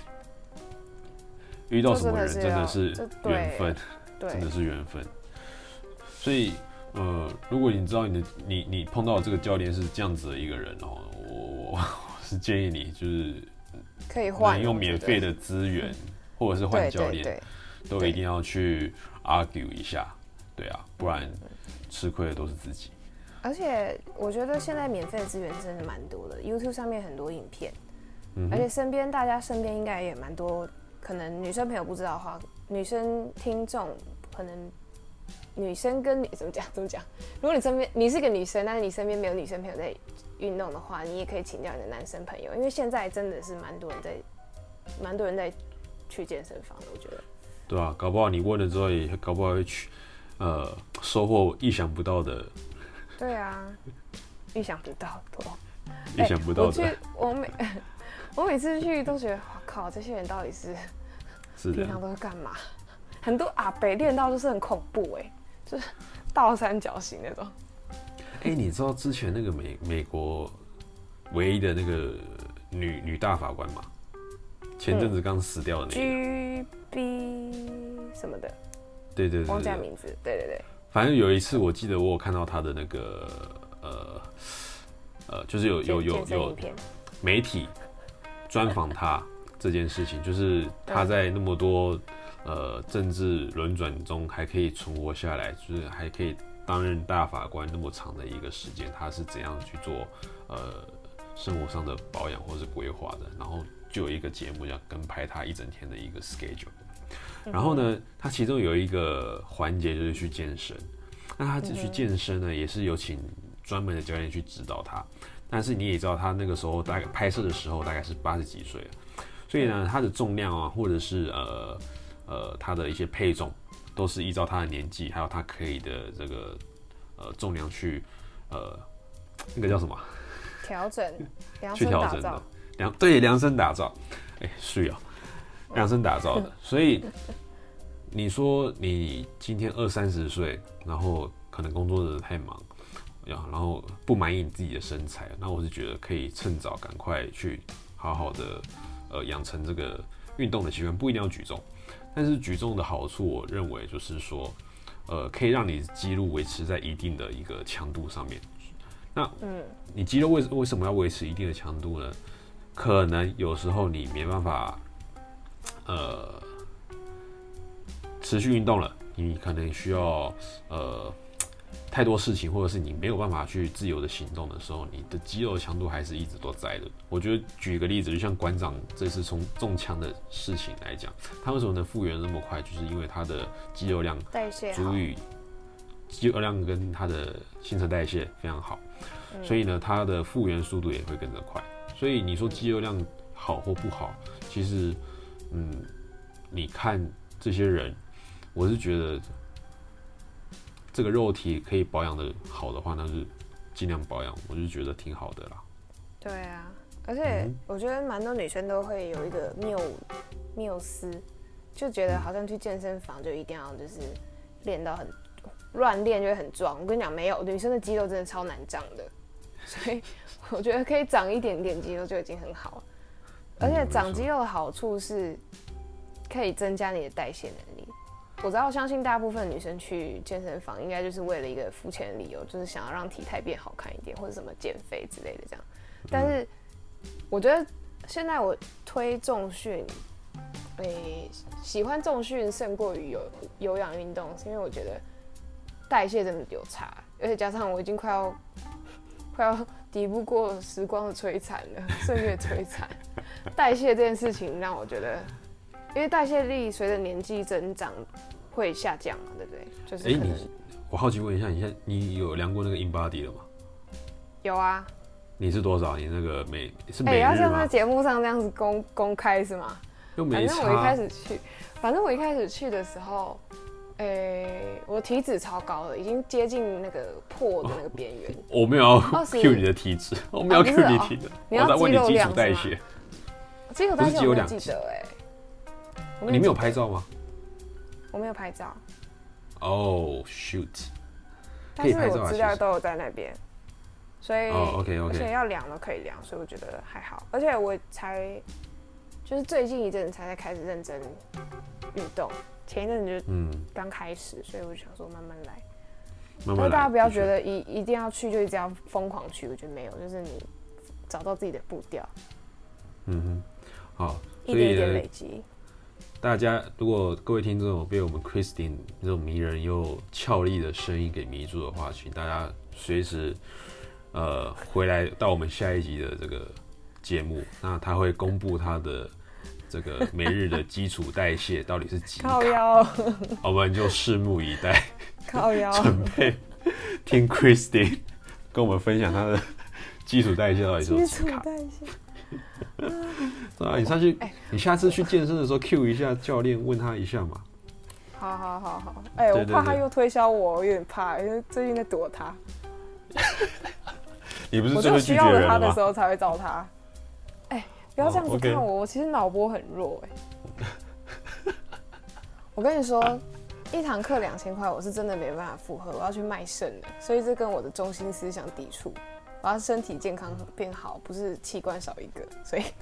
遇到什么人真的是缘分，真的是缘分。所以如果你知道你碰到这个教练是这样子的一个人我是建议你就是可以换， 用免费的资源或者是换教练，都一定要去 argue 一下，对啊，不然吃亏的都是自己。 而且我觉得现在免费的资源真的蛮多的 ，YouTube 上面很多影片，而且大家身边应该也蛮多，可能女生朋友不知道的话，女生听众可能女生跟你怎么讲？如果你身边你是个女生，但是你身边没有女生朋友在运动的话，你也可以请教你的男生朋友，因为现在真的是蛮多人在去健身房的，我觉得。 对啊，搞不好你问了之后，也搞不好会去收获意想不到的。 对啊，意想不到的。 意想不到的。 我每次去都觉得，哇靠，这些人到底是平常都在干嘛？很多阿伯练到就是很恐怖就是倒三角形那种。 你知道之前那个美国唯一的那个女大法官吗？前阵子刚死掉的那个。 GB 什么的。 对， 忘记名字。对。 反正有一次我记得我有看到他的那个就是有媒体专访他这件事情，就是他在那么多政治轮转中还可以存活下来，就是还可以担任大法官那么长的一个时间，他是怎样去做生活上的保养或是规划的，然后就有一个节目要跟拍他一整天的一个 schedule。然后呢，他其中有一个环节就是去健身。那他去健身呢，也是有请专门的教练去指导他。但是你也知道，他那个时候大概拍摄的时候大概是80几岁了，所以呢，他的重量啊，或者是他的一些配重，都是依照他的年纪，还有他可以的这个重量去那个叫什么？ 调整，去调整的， 量身打造，是哦，量身打造的。所以你说你今天20-30岁，然后可能工作的太忙，然后不满意你自己的身材，那我是觉得可以趁早赶快去好好的养成这个运动的习惯，不一定要举重，但是举重的好处，我认为就是说，可以让你肌肉维持在一定的一个强度上面。那你肌肉为什么要维持一定的强度呢？可能有时候你没办法持续运动了，你可能需要太多事情，或者是你没有办法去自由的行动的时候，你的肌肉强度还是一直都在的。我觉得举一个例子，就像馆长这次从中枪的事情来讲，他为什么能复原那么快，就是因为他的肌肉量足以肌肉量跟他的新陈代谢非常好，所以呢，他的复原速度也会跟着快。所以你说肌肉量好或不好，其实你看这些人，我是觉得这个肉体可以保养的好的话，那是尽量保养，我就觉得挺好的啦。 对啊，而且我觉得蛮多女生都会有一个谬思，就觉得好像去健身房就一定要就是练到很乱练就会很壮。我跟你讲，没有，女生的肌肉真的超难长的，所以我觉得可以长一点点肌肉就已经很好了。而且长肌肉的好处是可以增加你的代谢能力。我知道，相信大部分女生去健身房应该就是为了一个肤浅的理由，就是想要让体态变好看一点，或者什么减肥之类的这样。但是我觉得现在我推重训，喜欢重训胜过于有氧运动，是因为我觉得代谢真的有差，而且加上我已经快要抵不过时光的摧残了，岁月摧残。代谢这件事情让我觉得，因为代谢力随着年纪增长会下降嘛，对不对？就是我好奇问一下，你有量过那个 InBody 了吗？ 有啊。 你是多少？你那个是每日吗？ 要像在节目上这样子公开是吗？ 又没差。 反正我一开始去的时候，我体脂超高的，已经接近那个破的那个边缘。 我没有要 Q 你的体脂，我没有 Q 你体脂，我在问你基础代谢。 基础代谢我记得你没有拍照吗？ 我没有拍照。 Oh shoot！ 但是我资料都有在那边，所以 OK， 而且要量都可以量，所以我觉得还好。而且我就是最近一阵才在开始认真运动，前一阵子就刚开始，所以我就想说慢慢来。但是大家不要觉得一定要去就一直要疯狂去，我觉得没有，就是你找到自己的步调。 好， 一点一点累积。 大家如果各位听众有被我们 Christine 这种迷人又俏丽的声音给迷住的话，请大家随时回来到我们下一集的这个节目，那他会公布他的这个每日的基础代谢到底是几卡，我们就拭目以待。 靠腰， 准备听 Christine 跟我们分享他的基础代谢到底是有几卡。对啊，你上去，你下次去健身的时候 Q 一下教练，问他一下嘛。 好，我怕他又推销我，我有点怕，因为最近在躲他。 你不是最会拒绝人了吗？我就需要了他的时候才会找他。不要这样子看我，我其实脑波很弱我跟你说，一堂课2000块，我是真的没办法负荷，我要去卖肾的，所以这跟我的中心思想抵触。我要身体健康变好，不是器官少一个，所以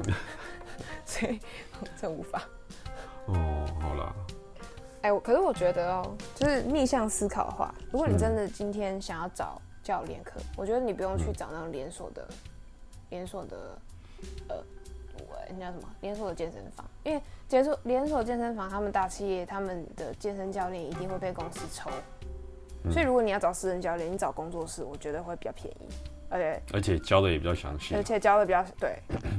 真无法。 好啦。 可是我觉得就是逆向思考的话，如果你真的今天想要找教练课，我觉得你不用去找那种连锁的， 叫什么连锁的健身房，因为连锁健身房他们大企业，他们的健身教练一定会被公司抽，所以如果你要找私人教练，你找工作室，我觉得会比较便宜，而且教的也比较详细， 而且教的比较对，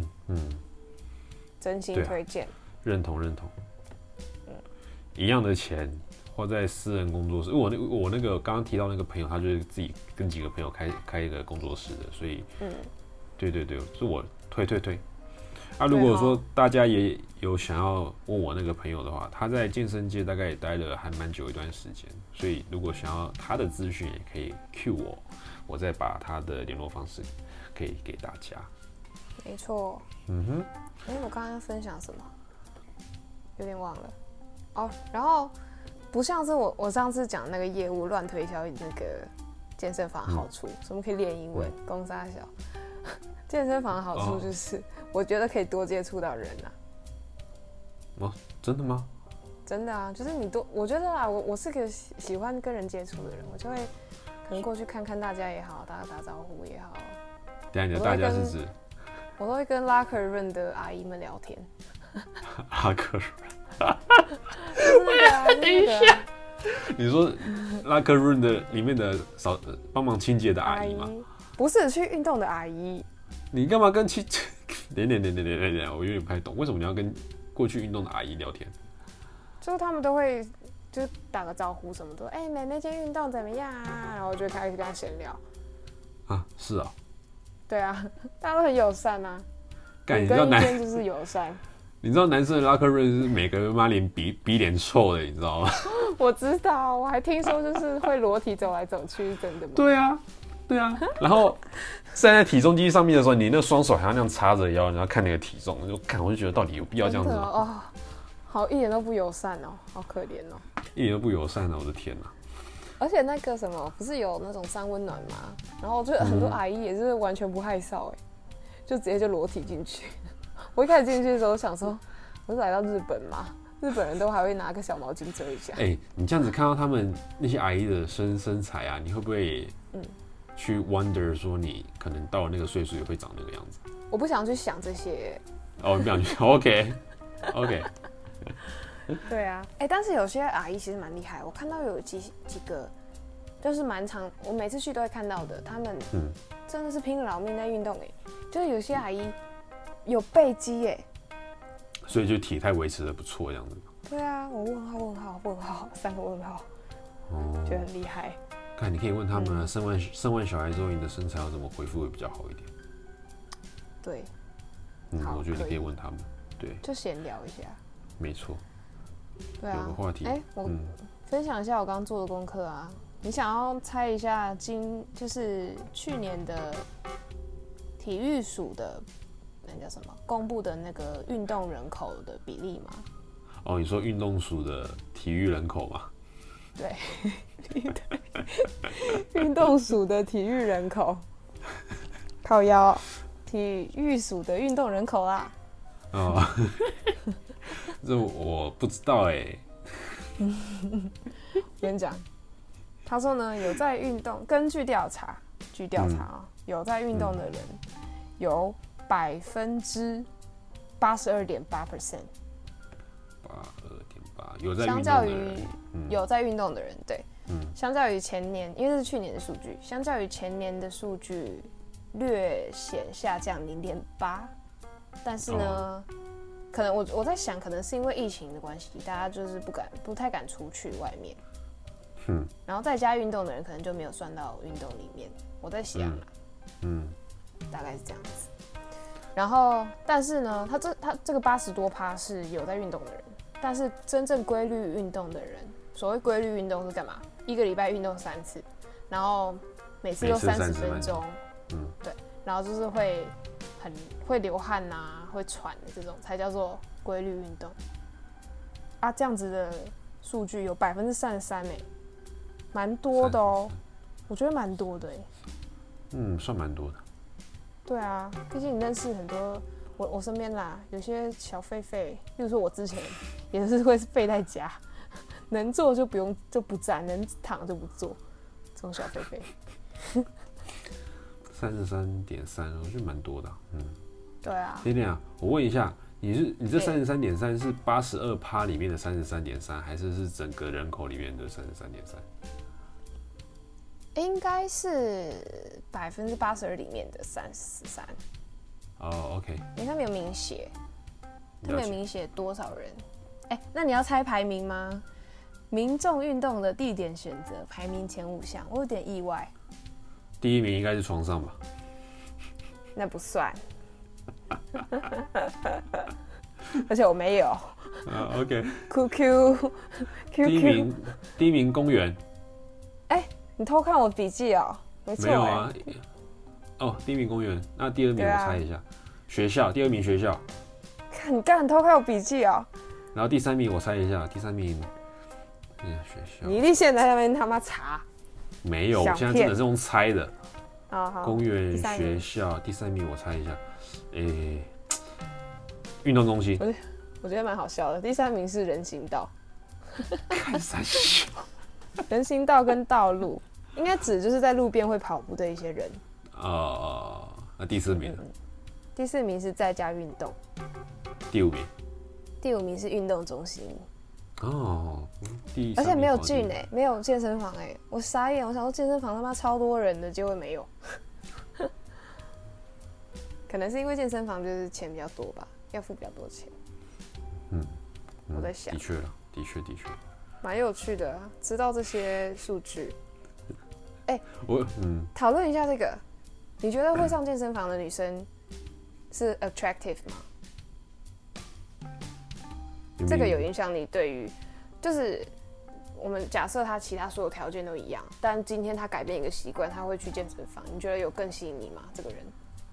真心推荐， 认同，一样的钱花在私人工作室，我那个刚刚提到那个朋友，他就是自己跟几个朋友开一个工作室的，所以对，是我推。如果说大家也有想要问我那个朋友的话，他在健身界大概也待了还蛮久一段时间，所以如果想要他的资讯，也可以 cue 我再把他的联络方式可以给大家。 没错。我刚刚要分享什么？有点忘了。哦，然后不像是我上次讲那个业务乱推销那个健身房好处，什么可以练英文，公三小。健身房的好处就是，我觉得可以多接触到人啊。 真的吗？ 真的啊，就是我觉得啦，我是个喜欢跟人接触的人，我就会可能过去看看大家也好，打招呼也好。 等一下你的大家是指？ 我都会跟 Locker Room 的阿姨们聊天。 Locker Room。 等一下， 你说 Locker Room 的里面的帮忙清洁的阿姨吗？ 不是，去运动的阿姨。 你干嘛跟点，我有点不太懂，为什么你要跟过去运动的阿姨聊天？ 就是他们都会就打个招呼什么的，妹妹今天运动怎么样啊？然后我就开始跟她闲聊。 啊，是啊。 对啊，大家都很友善啊。 你知道就是友善。 你知道男生的 locker room 是每个人妈脸比脸臭的，你知道吗？ 我知道，我还听说就是会裸体走来走去，真的吗？ 对啊。然后站在体重机上面的时候，你那双手还要那样叉着腰，然后看那个体重，我就觉得到底有必要这样子吗？ 哦，好一点都不友善哦，好可怜哦。 一点都不友善啊！我的天哪！ 而且那个什么，不是有那种三温暖吗？然后就很多阿姨也是完全不害臊就直接就裸体进去。我一开始进去的时候想说，我是来到日本嘛，日本人都还会拿个小毛巾遮一下。 你这样子看到他们那些阿姨的身材啊，你会不会去 wonder 说你可能到了那个岁数也会长那个样子？ 我不想去想这些。 你不想去？OK。 对啊，但是有些阿姨其实蛮厉害，我看到有几个就是蛮常，我每次去都会看到的，他们真的是拼了老命在运动就是有些阿姨有背肌所以就体态维持的不错这样子。 对啊，我问号3个问号，觉得很厉害。 看，你可以问他们生完小孩之后，你的身材要怎么恢复会比较好一点？ 对， 我觉得你可以问他们，对， 就闲聊一下。 没错。 对啊， 有个话题。 我分享一下我刚做的功课啊。你想要猜一下就是去年的体育署的那叫什么公布的那个运动人口的比例吗？ 你说运动署的体育人口吗？ 对，运动署的体育人口，靠腰，体育署的运动人口啦。 这我不知道我跟你讲，他说呢，有在运动，根据调查，有在运动的人有82.8%。82.8%， 有在运动的人， 相较于有在运动的人，对，相较于前年，因为这是去年的数据，相较于前年的数据略显下降0.8%，但是呢，可能我在想，可能是因为疫情的关系，大家就是不太敢出去外面，然后在家运动的人可能就没有算到运动里面，我在想大概是这样子。然后，但是呢，他这个80多%是有在运动的人，但是真正规律运动的人，所谓规律运动是干嘛？一个礼拜运动3次，然后每次都30分钟，对，然后就是会流汗啊，会喘的这种才叫做规律运动。这样子的数据有33%蛮多的哦，我觉得蛮多的算蛮多的。 对啊，毕竟你认识很多我身边啦，有些小狒狒，例如说我之前也是会废在家，能坐就不站，能躺就不坐，这种小狒狒。 33.3，我觉得蛮多的。 对啊。 等等啊，我问一下， 你这33.3是82%里面的33.3，还是整个人口里面的33.3？ 应该是82%里面的33。 哦 ，OK。 因为他没有明写，他没有明写多少人。那你要猜排名吗？民众运动的地点选择排名前5项，我有点意外。 第一名应该是床上吧？ 那不算。而且我没有。 OK。 QQ。 第一名公园。 你偷看我笔记哦？没错。 没有啊。哦，第一名公园。那第二名我猜一下，学校。第二名学校。 看你干嘛偷看我笔记哦？ 然后第3名我猜一下，第3名，学校。 你一定现在在那边他妈查？ 没有，我现在真的是用猜的。 好。 公园、学校，第3名我猜一下，运动中心。 我觉得蛮好笑的。第3名是人行道。 看三小。 人行道跟道路，应该指就是在路边会跑步的一些人。 那第4名呢？ 第4名是在家运动。 第5名。 第5名是运动中心。 而且没有gym没有健身房我傻眼，我想说健身房他妈超多人的，结果没有。可能是因为健身房就是钱比较多吧，要付比较多钱。我在想。 的确了，的确。 蛮有趣的啊，知道这些数据。讨论一下这个，你觉得会上健身房的女生是 attractive 吗？这个有影响你对于，就是我们假设他其他所有条件都一样，但今天他改变一个习惯，他会去健身房，你觉得有更吸引你吗？这个人？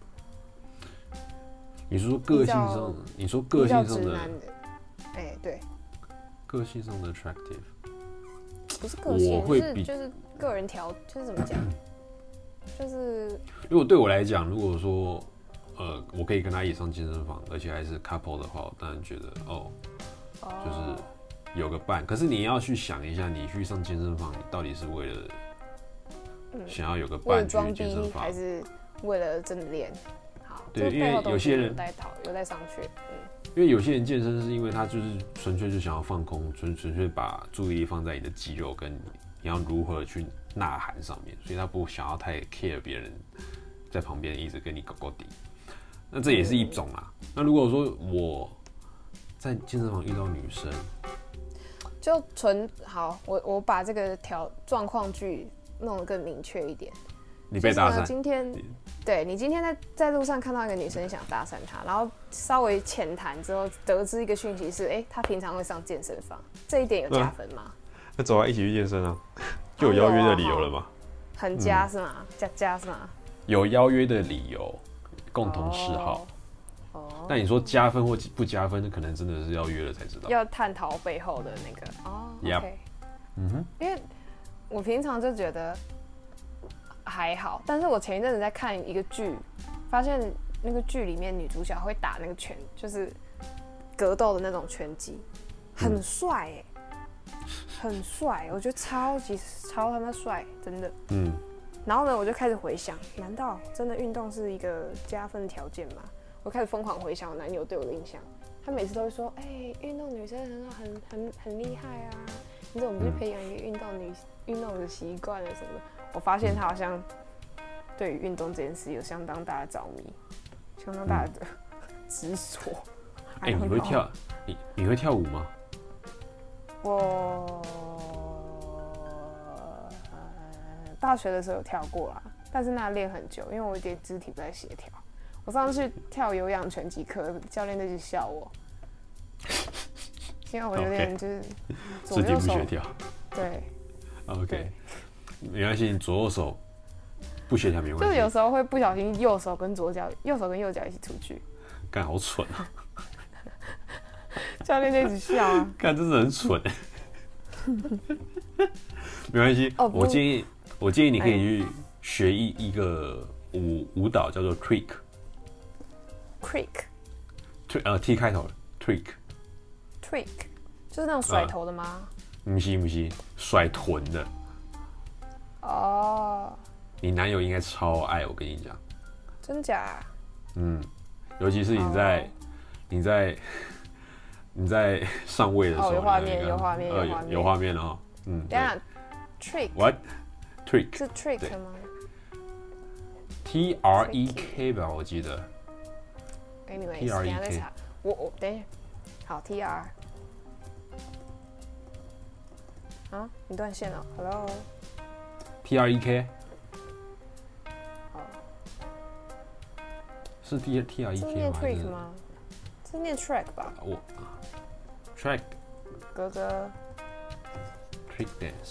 你说个性上，你说个性上的， 对， 个性上的 attractive， 不是个性，就是个人就是怎么讲，就是如果对我来讲，如果说我可以跟他一起上健身房，而且还是 couple 的话，我当然觉得就是有个伴。可是你要去想一下，你去上健身房，你到底是为了想要有个伴去健身房， 还是为了真的练？好， 对，因为有些人有在上去， 因为有些人健身是因为他就是纯粹就想要放空，纯粹把注意力放在你的肌肉跟你要如何去呐喊上面，所以他不想要太 care 别人在旁边一直跟你搞搞底。那这也是一种啦。那如果说我在健身房遇到女生， 就好，我把这个状况剧弄得更明确一点。 你被搭讪， 你今天在路上看到一个女生想搭讪她，然后稍微浅谈之后得知一个讯息是，她平常会上健身房，这一点有加分吗？ 那走啊，一起去健身啊，就有邀约的理由了嘛？ 很加是吗？加是吗？ 有邀约的理由，共同嗜好。但你说加分或不加分，那可能真的是要约了才知道。 要探讨背后的那个OK，因为我平常就觉得还好，但是我前一阵子在看一个剧，发现那个剧里面女主角会打那个拳，就是格斗的那种拳击，很帅很帅，我觉得超他妈帅，真的。然后呢，我就开始回想，难道真的运动是一个加分条件吗？我开始疯狂回想我男友对我的印象，他每次都会说：“运动女生很厉害啊，你怎么不去培养一个运动的习惯啊什么的？”我发现他好像对于运动这件事有相当大的着迷，相当大的执着。 你会跳？你会跳舞吗？ 我大学的时候有跳过啦，但是那练很久，因为我有点肢体不太协调。我上次去跳有氧拳击课，教练就一直笑我，因为我有点就是肢体不协调。 对。 OK， 没关系，你左右手不协调没关系。 就是有时候会不小心右手跟右脚一起出去。 干好蠢啊！ 教练就一直笑啊。 干真的很蠢。没关系，我建议你可以去学一个舞蹈，叫做 T 开头的 Trick， 就是那种甩头的吗？ 不是，甩臀的。你男友应该超爱，我跟你讲。 真假？ 尤其是你在你在上位的时候， 有画面， 有画面哦。 等一下 ，trick what trick 是 trick 吗 ？TREK 吧，我记得。 Anyway， 等一下再查。我等一下，好 TR。啊，你断线了 ，Hello。TREK。是 TREK 吗？ 是念 trick 吗？是念 track 吧？ track。 哥哥。 trick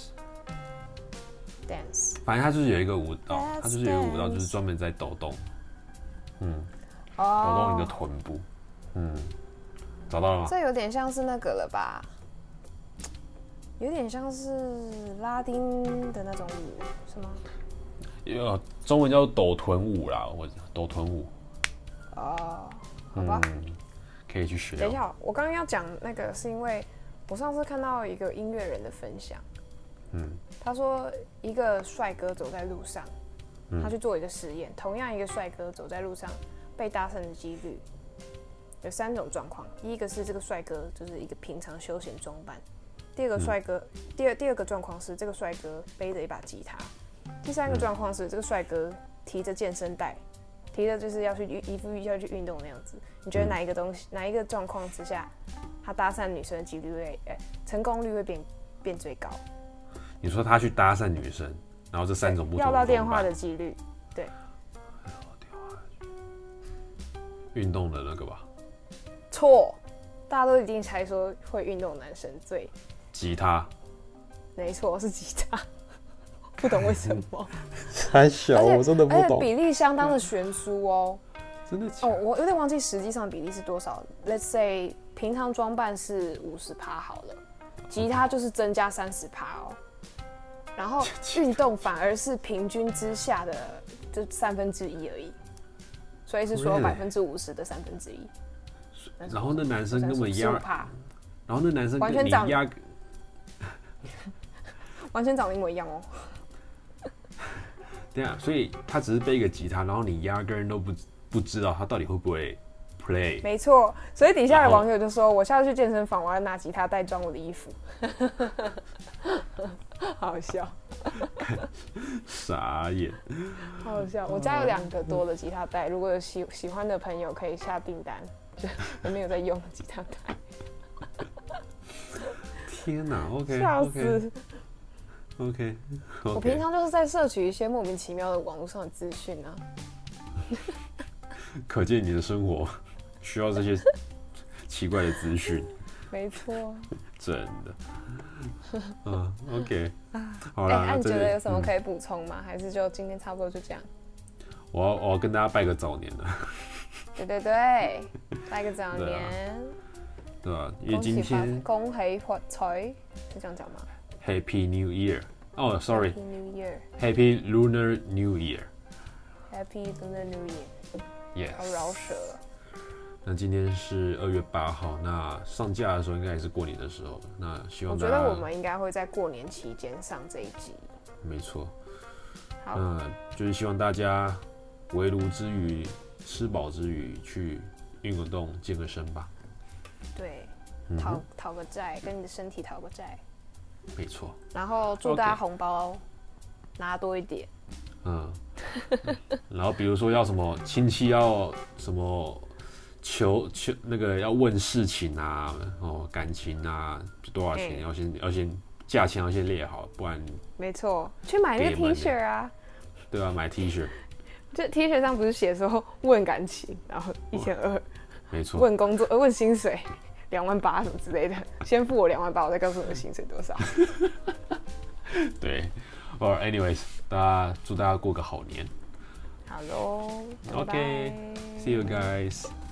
dance。反正他就是有一个舞蹈，就是专门在抖动，抖动你的臀部，找到了吗？ 这有点像是那个了吧？有点像是拉丁的那种舞，是吗？ 中文叫抖臀舞啦，抖臀舞。 好吧， 可以去学。 等一下，我刚刚要讲那个是因为我上次看到一个音乐人的分享，他说一个帅哥走在路上，他去做一个实验，同样一个帅哥走在路上被搭讪的几率有3种状况。第一个是这个帅哥就是一个平常休闲装扮，第二个帅哥，第二个状况是这个帅哥背着一把吉他，第3个状况是这个帅哥提着健身袋。提的就是要去要去运动那样子，你觉得哪一个状况之下，他搭讪女生的几率会，成功率会变最高？ 你说他去搭讪女生，然后这3种不同的要到电话的几率，对。 运动的那个吧？ 错，大家都一定猜说会运动的男生最。 吉他。 没错，是吉他。不懂为什么， 太小，我真的不懂。 而且比例相当的悬殊哦。 真的？ 我有点忘记实际上比例是多少。Let's say 平常装扮是50%好了，吉他就是增加30%哦。然后运动反而是平均之下的就1/3而已，所以是说50%的1/3。 然后那男生根本压，然后那男生完全长完全长得一模一样哦。 对啊，所以他只是背一个吉他，然后你压根都不知道他到底会不会 play。 没错，所以底下的网友就说：“我下次去健身房，我要拿吉他袋装我的衣服。”好笑， 傻眼， 好笑。我家有2个多的吉他袋，如果有喜欢的朋友可以下订单，就我没有在用的吉他袋。 天哪 ，OK， 笑死。 OK， 我平常就是在摄取一些莫名其妙的网络上的资讯啊。 可见你的生活需要这些奇怪的资讯。 没错。 真的。OK。好啦， 你觉得有什么可以补充吗？还是就今天差不多就这样？ 我要跟大家拜个早年了。 对，拜个早年。 对吧？因为今天恭喜发财，是这样讲吗 ？Happy New Year！ 哦 ，Sorry。Happy New Year。 Happy Lunar New Year。Happy Lunar New Year。Yes。 好饶舌。 那今天是2月8号，那上架的时候应该也是过年的时候。那希望大家， 我觉得我们应该会在过年期间上这一集。 没错。 好。 就是希望大家围炉之余、吃饱之余去运个动、健个身吧。 对，讨个债，跟你的身体讨个债。 没错。 然后祝大家红包拿多一点。 然后比如说要什么亲戚要什么求那个要问事情啊，感情啊多少钱，要先价钱要先列好，不然。 没错，去买那个 T 恤啊。 对啊，买 T 恤。 这 T 恤上不是写说问感情，然后1200。 没错。 问工作，问薪水28000什么之类的，先付我28000，我再告诉你的薪水多少。 对，anyways， 祝大家过个好年。 好喽。 OK，see you guys。